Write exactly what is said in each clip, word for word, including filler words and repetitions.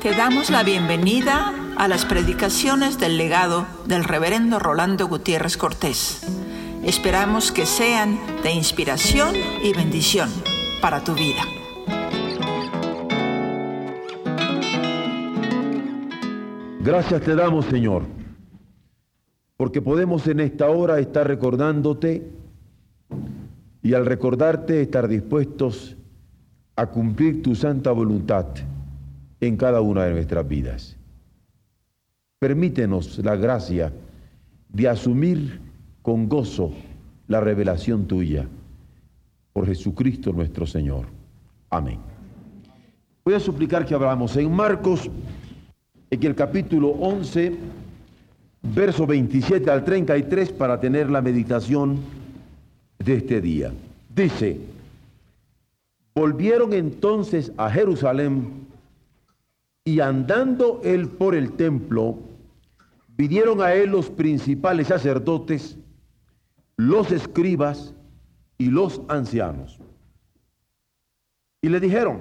Te damos la bienvenida a las predicaciones del legado del reverendo Rolando Gutiérrez Cortés. Esperamos que sean de inspiración y bendición para tu vida. Gracias te damos, Señor, porque podemos en esta hora estar recordándote y al recordarte estar dispuestos a cumplir tu santa voluntad en cada una de nuestras vidas. Permítenos la gracia de asumir con gozo la revelación tuya por Jesucristo nuestro Señor. Amén. Voy a suplicar que abramos en Marcos, en el capítulo once, verso veintisiete al treinta y tres, para tener la meditación de este día. Dice: volvieron entonces a Jerusalén, y andando él por el templo, vinieron a él los principales sacerdotes, los escribas y los ancianos. Y le dijeron: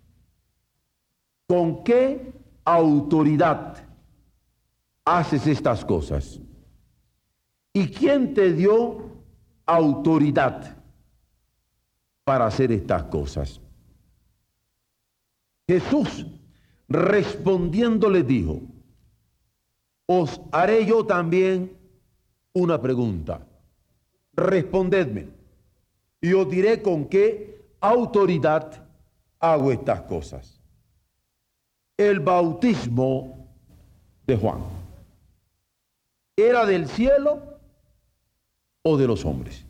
¿con qué autoridad haces estas cosas? ¿Y quién te dio autoridad para hacer estas cosas? Jesús respondiendo les dijo: os haré yo también una pregunta. Respondedme, y os diré con qué autoridad hago estas cosas. El bautismo de Juan, ¿era del cielo o de los hombres?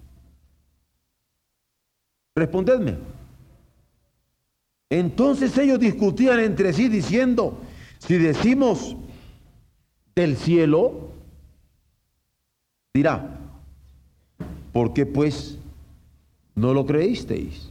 Respondedme. Entonces ellos discutían entre sí diciendo: si decimos del cielo, dirá, ¿por qué pues no lo creísteis?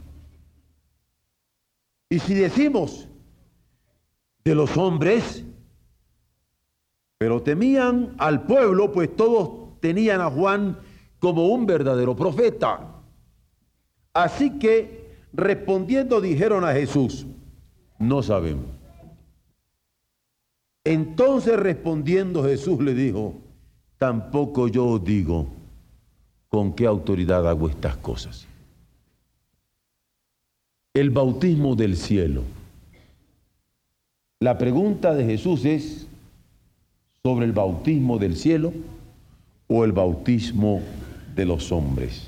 Y si decimos de los hombres, pero temían al pueblo, pues todos tenían a Juan como un verdadero profeta. Así que respondiendo dijeron a Jesús: no sabemos. Entonces respondiendo Jesús le dijo: tampoco yo os digo con qué autoridad hago estas cosas. El bautismo del cielo. La pregunta de Jesús es sobre el bautismo del cielo o el bautismo de los hombres.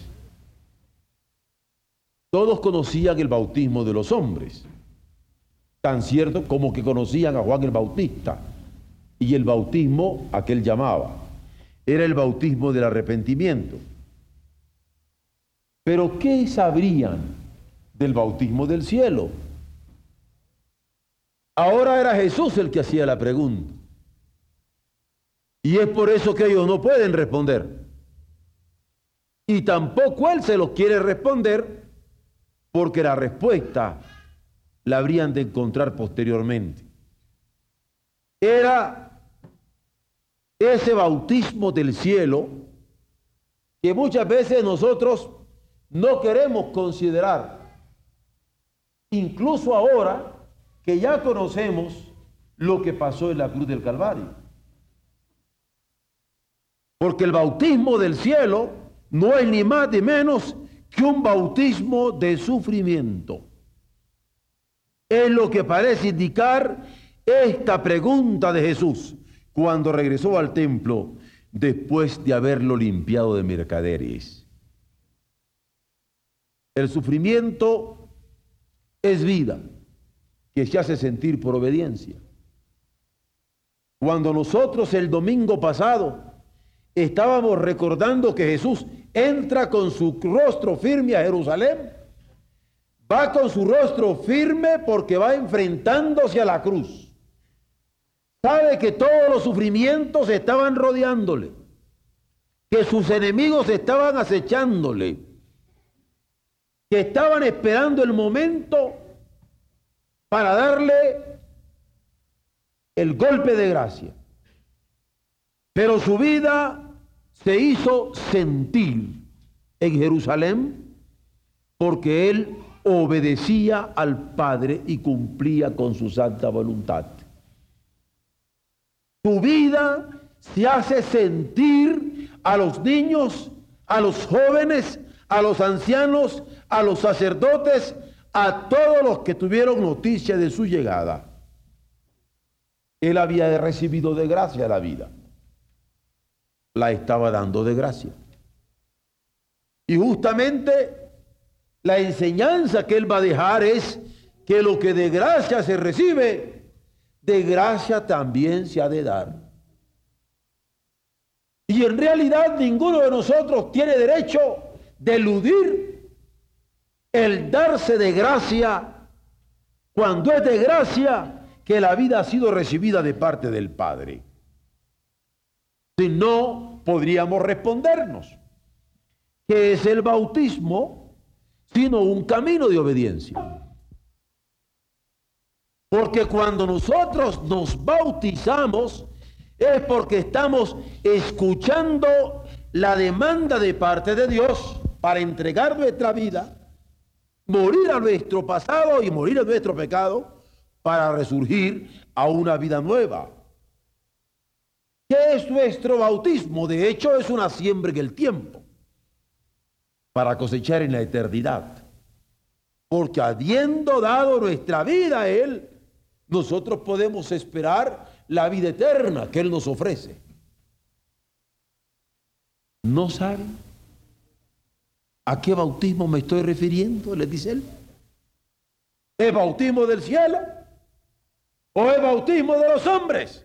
Todos conocían el bautismo de los hombres, tan cierto como que conocían a Juan el Bautista, y el bautismo a que él llamaba era el bautismo del arrepentimiento. Pero ¿qué sabrían del bautismo del cielo? Ahora era Jesús el que hacía la pregunta, y es por eso que ellos no pueden responder, y tampoco él se los quiere responder, porque la respuesta la habrían de encontrar posteriormente. Era ese bautismo del cielo que muchas veces nosotros no queremos considerar, incluso ahora que ya conocemos lo que pasó en la cruz del Calvario. Porque el bautismo del cielo no es ni más ni menos que un bautismo de sufrimiento. Es lo que parece indicar esta pregunta de Jesús cuando regresó al templo después de haberlo limpiado de mercaderes. El sufrimiento es vida que se hace sentir por obediencia. Cuando nosotros el domingo pasado estábamos recordando que Jesús entra con su rostro firme a Jerusalén, va con su rostro firme porque va enfrentándose a la cruz. Sabe que todos los sufrimientos estaban rodeándole, que sus enemigos estaban acechándole, que estaban esperando el momento para darle el golpe de gracia. Pero su vida se hizo sentir en Jerusalén porque él obedecía al Padre y cumplía con su santa voluntad. Tu vida se hace sentir a los niños, a los jóvenes, a los ancianos, a los sacerdotes, a todos los que tuvieron noticia de su llegada. Él había recibido de gracia la vida. La estaba dando de gracia. Y justamente la enseñanza que él va a dejar es que lo que de gracia se recibe, de gracia también se ha de dar. Y en realidad ninguno de nosotros tiene derecho de eludir el darse de gracia cuando es de gracia que la vida ha sido recibida de parte del Padre. Si no, podríamos respondernos que es el bautismo, sino un camino de obediencia. Porque cuando nosotros nos bautizamos es porque estamos escuchando la demanda de parte de Dios para entregar nuestra vida, morir a nuestro pasado y morir a nuestro pecado para resurgir a una vida nueva. ¿Qué es nuestro bautismo? De hecho, es una siembra en el tiempo para cosechar en la eternidad. Porque habiendo dado nuestra vida a Él, nosotros podemos esperar la vida eterna que Él nos ofrece. ¿No saben a qué bautismo me estoy refiriendo? Les dice Él. ¿Es bautismo del cielo o es bautismo de los hombres?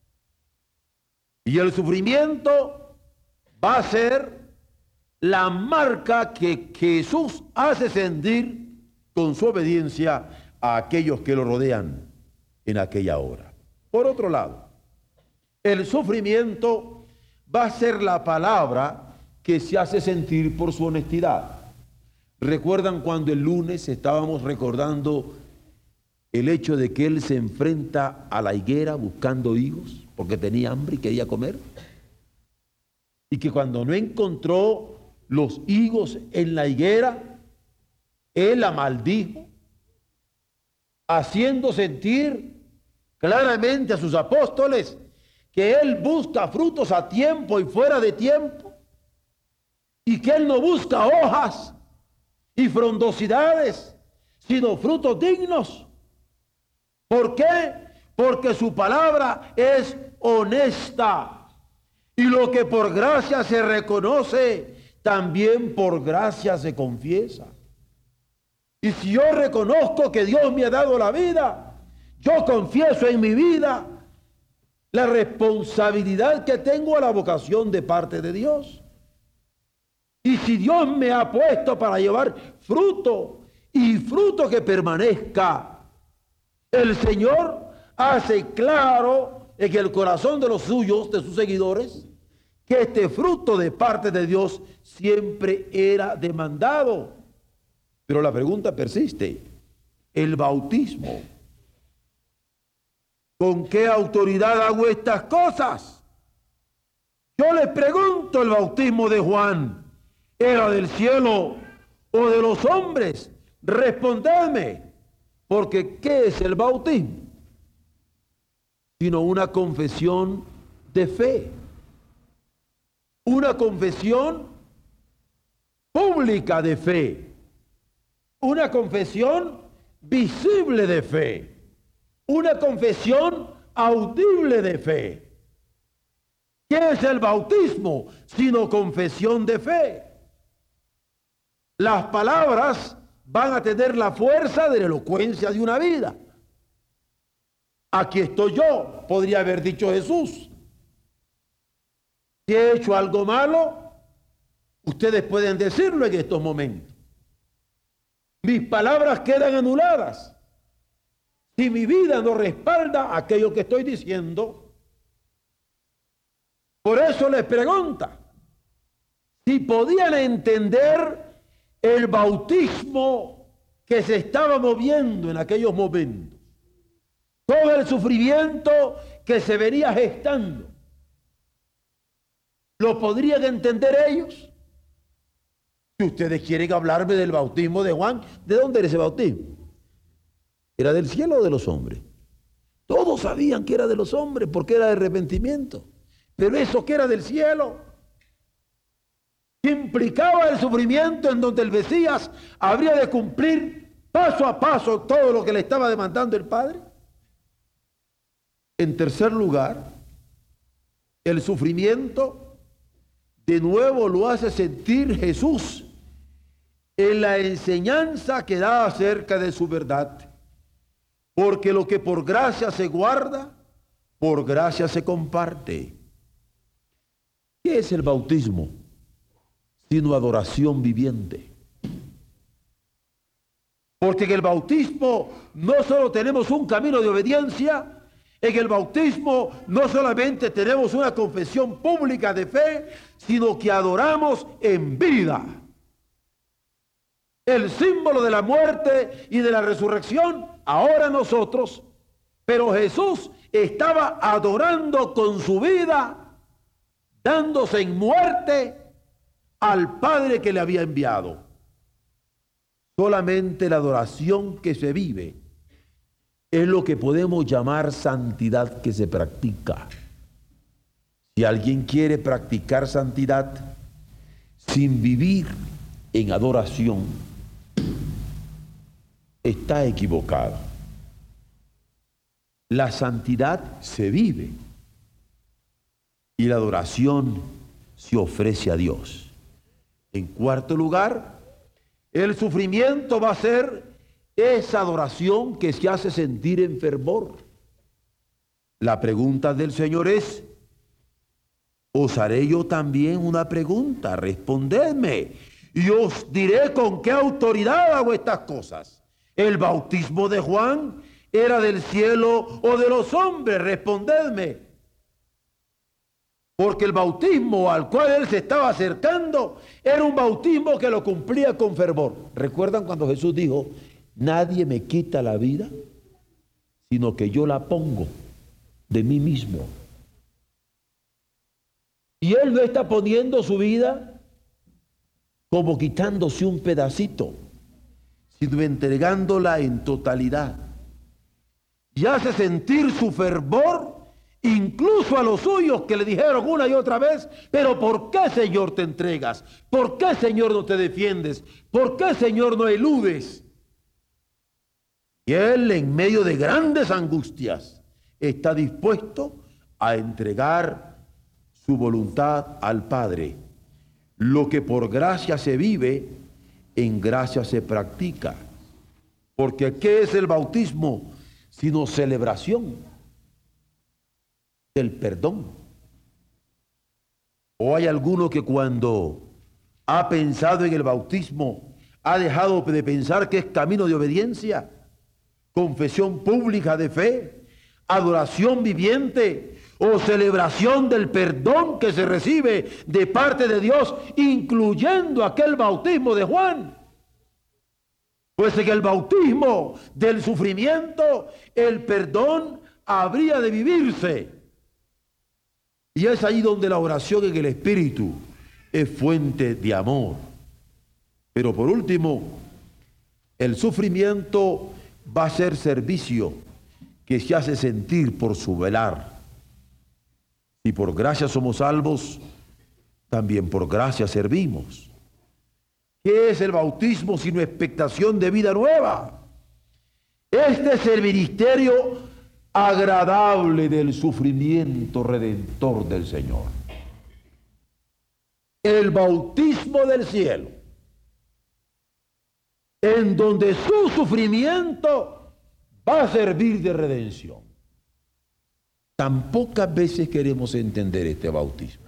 Y el sufrimiento va a ser la marca que Jesús hace sentir con su obediencia a aquellos que lo rodean en aquella hora. Por otro lado, el sufrimiento va a ser la palabra que se hace sentir por su honestidad. ¿Recuerdan cuando el lunes estábamos recordando el hecho de que él se enfrenta a la higuera buscando higos porque tenía hambre y quería comer? Y que cuando no encontró los higos en la higuera, él la maldijo, haciendo sentir claramente a sus apóstoles que él busca frutos a tiempo y fuera de tiempo, y que él no busca hojas y frondosidades, sino frutos dignos. ¿Por qué? Porque su palabra es honesta, y lo que por gracia se reconoce, también por gracia se confiesa. Y si yo reconozco que Dios me ha dado la vida, yo confieso en mi vida la responsabilidad que tengo a la vocación de parte de Dios. Y si Dios me ha puesto para llevar fruto, y fruto que permanezca, el Señor hace claro en el corazón de los suyos, de sus seguidores, que este fruto de parte de Dios siempre era demandado. Pero la pregunta persiste: el bautismo, ¿con qué autoridad hago estas cosas? Yo les pregunto, ¿el bautismo de Juan era del cielo o de los hombres? Respondedme, porque ¿qué es el bautismo? Sino una confesión de fe, una confesión pública de fe, una confesión visible de fe, una confesión audible de fe. ¿Qué es el bautismo? Sino confesión de fe. Las palabras van a tener la fuerza de la elocuencia de una vida. Aquí estoy yo, podría haber dicho Jesús. Si he hecho algo malo, ustedes pueden decirlo en estos momentos. Mis palabras quedan anuladas si mi vida no respalda aquello que estoy diciendo. Por eso les pregunta si podían entender el bautismo que se estaba moviendo en aquellos momentos, todo el sufrimiento que se venía gestando. ¿Lo podrían entender ellos? Si ustedes quieren hablarme del bautismo de Juan, ¿de dónde era ese bautismo? ¿Era del cielo o de los hombres? Todos Todos sabían que era de los hombres porque era de arrepentimiento. Pero eso que era del cielo, que implicaba el sufrimiento en donde el Mesías habría de cumplir paso a paso todo lo que le estaba demandando el Padre. En tercer lugar, el sufrimiento de nuevo lo hace sentir Jesús en la enseñanza que da acerca de su verdad. Porque lo que por gracia se guarda, por gracia se comparte. ¿Qué es el bautismo? Sino adoración viviente. Porque en el bautismo no solo tenemos un camino de obediencia, en el bautismo no solamente tenemos una confesión pública de fe, sino que adoramos en vida. El símbolo de la muerte y de la resurrección, ahora nosotros, pero Jesús estaba adorando con su vida, dándose en muerte al Padre que le había enviado. Solamente la adoración que se vive es lo que podemos llamar santidad que se practica. Si alguien quiere practicar santidad sin vivir en adoración, está equivocado. La santidad se vive y la adoración se ofrece a Dios. En cuarto lugar, el sufrimiento va a ser esa adoración que se hace sentir en fervor. La pregunta del Señor es, os haré yo también una pregunta, respondedme, y os diré con qué autoridad hago estas cosas. ¿El bautismo de Juan era del cielo o de los hombres? Respondedme. Porque el bautismo al cual él se estaba acercando era un bautismo que lo cumplía con fervor. ¿Recuerdan cuando Jesús dijo, nadie me quita la vida, sino que yo la pongo de mí mismo? Y él no está poniendo su vida como quitándose un pedacito, sino entregándola en totalidad. Y hace sentir su fervor incluso a los suyos que le dijeron una y otra vez, pero ¿por qué, Señor, te entregas? ¿Por qué, Señor, no te defiendes? ¿Por qué, Señor, no eludes? Y él, en medio de grandes angustias, está dispuesto a entregar su voluntad al Padre. Lo que por gracia se vive, en gracia se practica. Porque ¿qué es el bautismo? Sino celebración del perdón. ¿O hay alguno que cuando ha pensado en el bautismo ha dejado de pensar que es camino de obediencia, confesión pública de fe, adoración viviente o celebración del perdón que se recibe de parte de Dios, incluyendo aquel bautismo de Juan? Pues en el bautismo del sufrimiento el perdón habría de vivirse. Y es ahí donde la oración en el Espíritu es fuente de amor. Pero por último, el sufrimiento va a ser servicio que se hace sentir por su velar. Si por gracia somos salvos, también por gracia servimos. ¿Qué es el bautismo sino expectación de vida nueva? Este es el ministerio agradable del sufrimiento redentor del Señor. El bautismo del cielo, en donde su sufrimiento va a servir de redención. Tan pocas veces queremos entender este bautismo.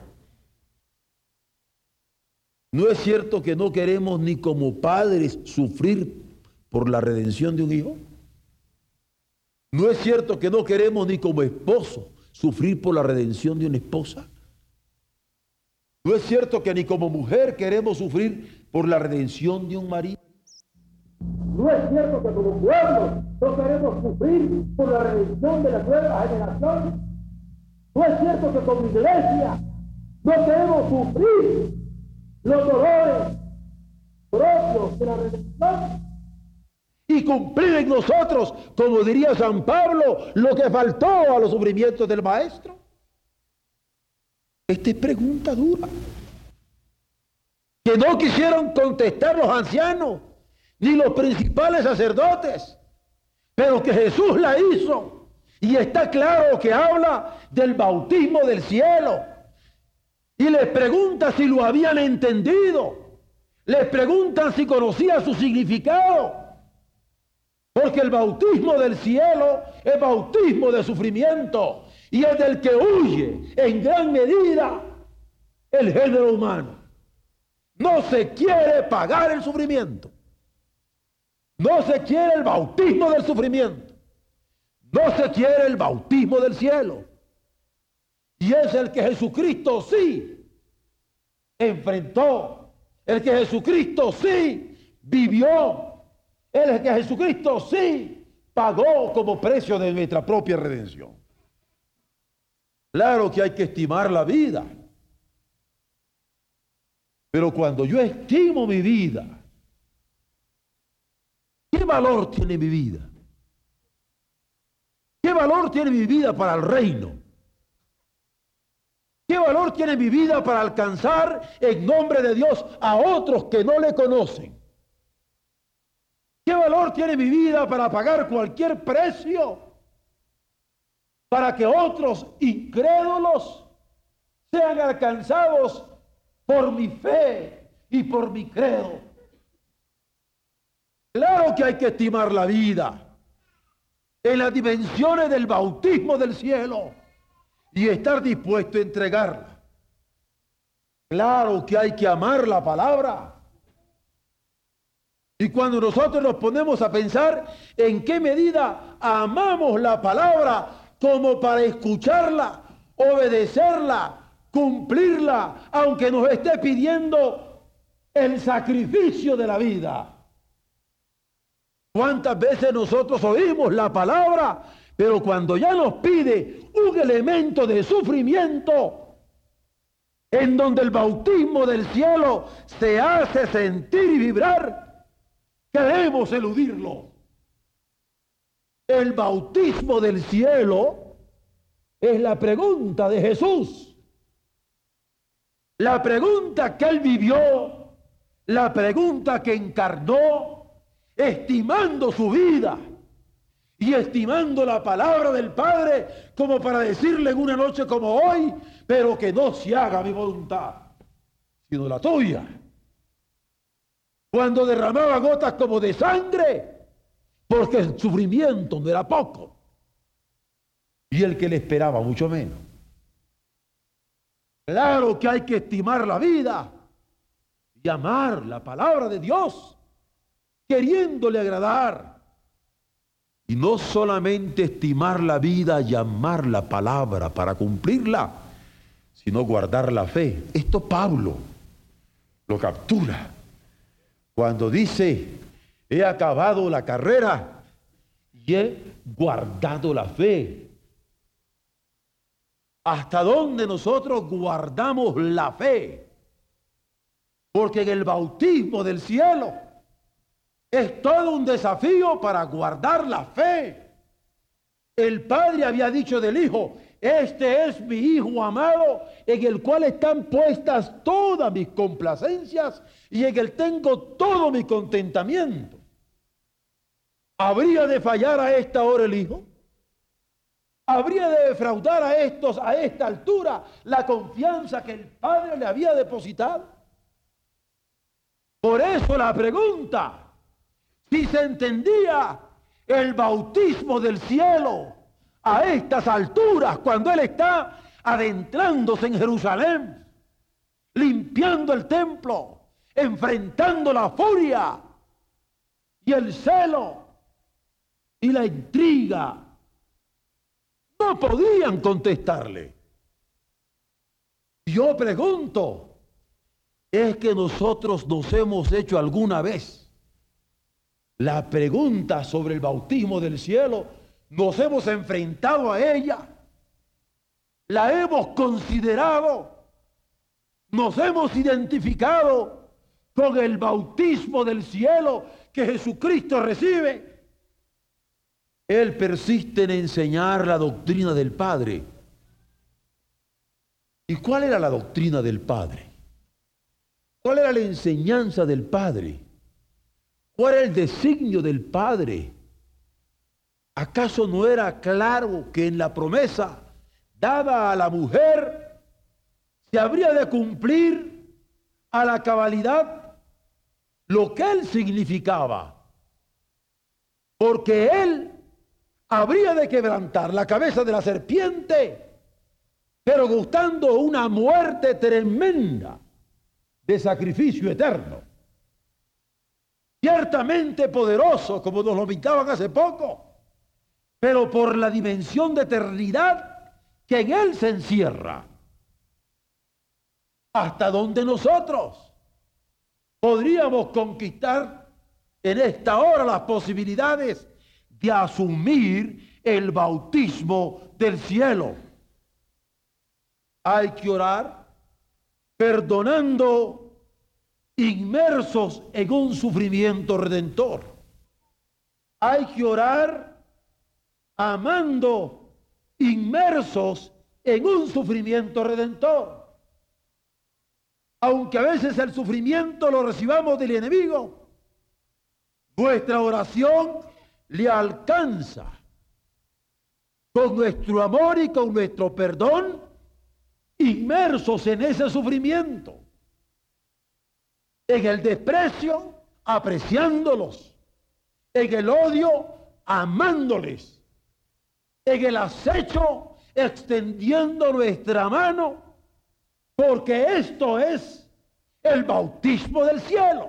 ¿No es cierto que no queremos ni como padres sufrir por la redención de un hijo? ¿No es cierto que no queremos ni como esposo sufrir por la redención de una esposa? ¿No es cierto que ni como mujer queremos sufrir por la redención de un marido? ¿No es cierto que como pueblo no queremos sufrir por la redención de la nueva generación? ¿No es cierto que como iglesia no queremos sufrir los dolores propios de la redención? y cumplir en nosotros, como diría San Pablo, lo que faltó a los sufrimientos del Maestro? Esta es pregunta dura, que no quisieron contestar los ancianos, ni los principales sacerdotes, pero que Jesús la hizo, y está claro que habla del bautismo del cielo, y les pregunta si lo habían entendido, les preguntan si conocían su significado, porque el bautismo del cielo es bautismo de sufrimiento, y es del que huye en gran medida el género humano. No se quiere pagar el sufrimiento. No se quiere el bautismo del sufrimiento. No se quiere el bautismo del cielo. Y es el que Jesucristo sí enfrentó. El que Jesucristo sí vivió. El que Jesucristo sí pagó como precio de nuestra propia redención. Claro que hay que estimar la vida. Pero cuando yo estimo mi vida, ¿qué valor tiene mi vida? ¿Qué valor tiene mi vida para el reino? ¿Qué valor tiene mi vida para alcanzar en nombre de Dios a otros que no le conocen? ¿Qué valor tiene mi vida para pagar cualquier precio para que otros incrédulos sean alcanzados por mi fe y por mi credo? Claro que hay que estimar la vida en las dimensiones del bautismo del cielo y estar dispuesto a entregarla. Claro que hay que amar la palabra. Y cuando nosotros nos ponemos a pensar en qué medida amamos la palabra como para escucharla, obedecerla, cumplirla, aunque nos esté pidiendo el sacrificio de la vida. ¿Cuántas veces nosotros oímos la palabra, pero cuando ya nos pide un elemento de sufrimiento, en donde el bautismo del cielo se hace sentir y vibrar, queremos eludirlo? El bautismo del cielo es la pregunta de Jesús. La pregunta que él vivió, la pregunta que encarnó, estimando su vida y estimando la palabra del Padre como para decirle en una noche como hoy, pero que no se haga mi voluntad, sino la tuya. Cuando derramaba gotas como de sangre, porque el sufrimiento no era poco, y el que le esperaba mucho menos. Claro que hay que estimar la vida y amar la palabra de Dios, queriéndole agradar. Y no solamente estimar la vida y amar la palabra para cumplirla, sino guardar la fe. Esto Pablo lo captura cuando dice: he acabado la carrera y he guardado la fe. ¿Hasta dónde nosotros guardamos la fe? Porque en el bautismo del cielo es todo un desafío para guardar la fe. El Padre había dicho del Hijo: este es mi Hijo amado, en el cual están puestas todas mis complacencias y en él tengo todo mi contentamiento. ¿Habría de fallar a esta hora el Hijo? ¿Habría de defraudar a estos a esta altura la confianza que el Padre le había depositado? Por eso la pregunta: si se entendía el bautismo del cielo a estas alturas, cuando Él está adentrándose en Jerusalén, limpiando el templo, enfrentando la furia y el celo y la intriga, no podían contestarle. Yo pregunto, ¿es que nosotros nos hemos hecho alguna vez la pregunta sobre el bautismo del cielo? ¿Nos hemos enfrentado a ella? ¿La hemos considerado? ¿Nos hemos identificado con el bautismo del cielo que Jesucristo recibe, Él persiste en enseñar la doctrina del Padre. ¿Y cuál era la doctrina del Padre? ¿Cuál era la enseñanza del Padre? ¿Cuál era el designio del Padre? ¿Acaso no era claro que en la promesa dada a la mujer se habría de cumplir a la cabalidad lo que Él significaba? Porque Él habría de quebrantar la cabeza de la serpiente, pero gustando una muerte tremenda de sacrificio eterno. Ciertamente poderoso, como nos lo pintaban hace poco, pero por la dimensión de eternidad que en Él se encierra. Hasta donde nosotros podríamos conquistar en esta hora las posibilidades de asumir el bautismo del cielo. Hay que orar perdonando, inmersos en un sufrimiento redentor. Hay que orar amando, inmersos en un sufrimiento redentor. Aunque a veces el sufrimiento lo recibamos del enemigo, nuestra oración le alcanza con nuestro amor y con nuestro perdón, inmersos en ese sufrimiento, en el desprecio, apreciándolos, en el odio, amándoles, en el acecho, extendiendo nuestra mano, porque esto es el bautismo del cielo.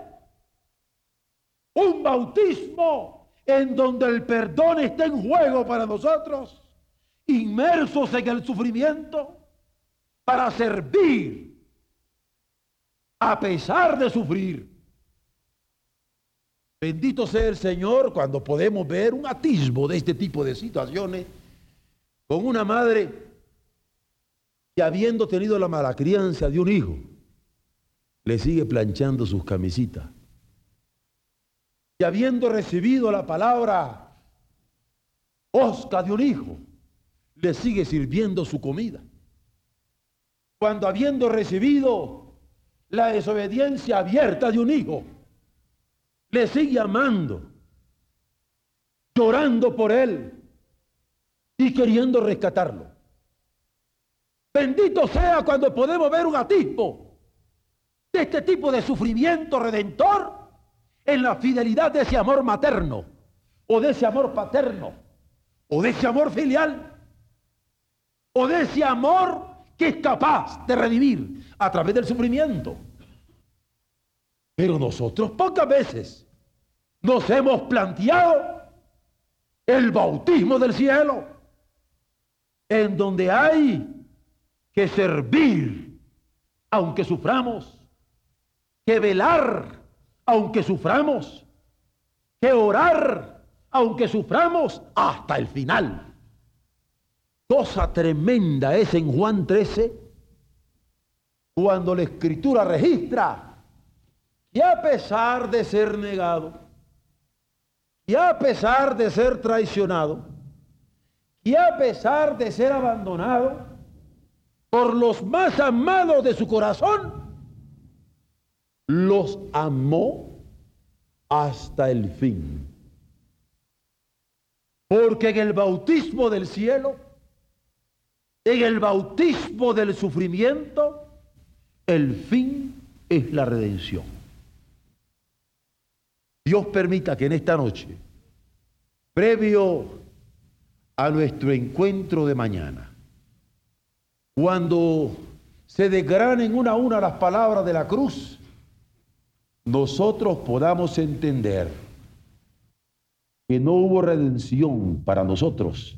Un bautismo en donde el perdón está en juego para nosotros, inmersos en el sufrimiento, para servir a pesar de sufrir. Bendito sea el Señor cuando podemos ver un atisbo de este tipo de situaciones con una madre que, habiendo tenido la mala crianza de un hijo, le sigue planchando sus camisitas. Y habiendo recibido la palabra hosca de un hijo, le sigue sirviendo su comida. Cuando habiendo recibido la desobediencia abierta de un hijo, le sigue amando, llorando por él y queriendo rescatarlo. Bendito sea cuando podemos ver un atisbo de este tipo de sufrimiento redentor en la fidelidad de ese amor materno, o de ese amor paterno, o de ese amor filial, o de ese amor que es capaz de redimir a través del sufrimiento. Pero nosotros pocas veces nos hemos planteado el bautismo del cielo, en donde hay que servir aunque suframos, que velar aunque suframos, que orar aunque suframos hasta el final. Cosa tremenda es en Juan trece, cuando la Escritura registra que a pesar de ser negado, y a pesar de ser traicionado, y a pesar de ser abandonado por los más amados de su corazón, los amó hasta el fin. Porque en el bautismo del cielo, en el bautismo del sufrimiento, el fin es la redención. Dios permita que en esta noche, previo a nuestro encuentro de mañana, cuando se desgranen una a una las palabras de la cruz, nosotros podamos entender que no hubo redención para nosotros,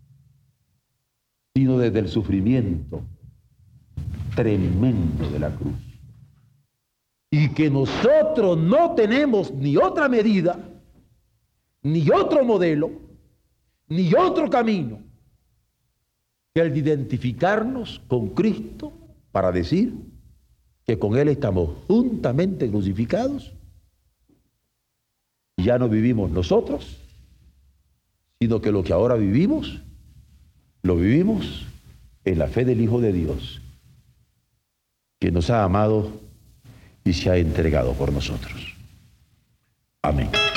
sino desde el sufrimiento tremendo de la cruz. Y que nosotros no tenemos ni otra medida, ni otro modelo, ni otro camino que el de identificarnos con Cristo para decir que con Él estamos juntamente crucificados ya no vivimos nosotros, sino que lo que ahora vivimos, lo vivimos en la fe del Hijo de Dios, que nos ha amado y se ha entregado por nosotros. Amén.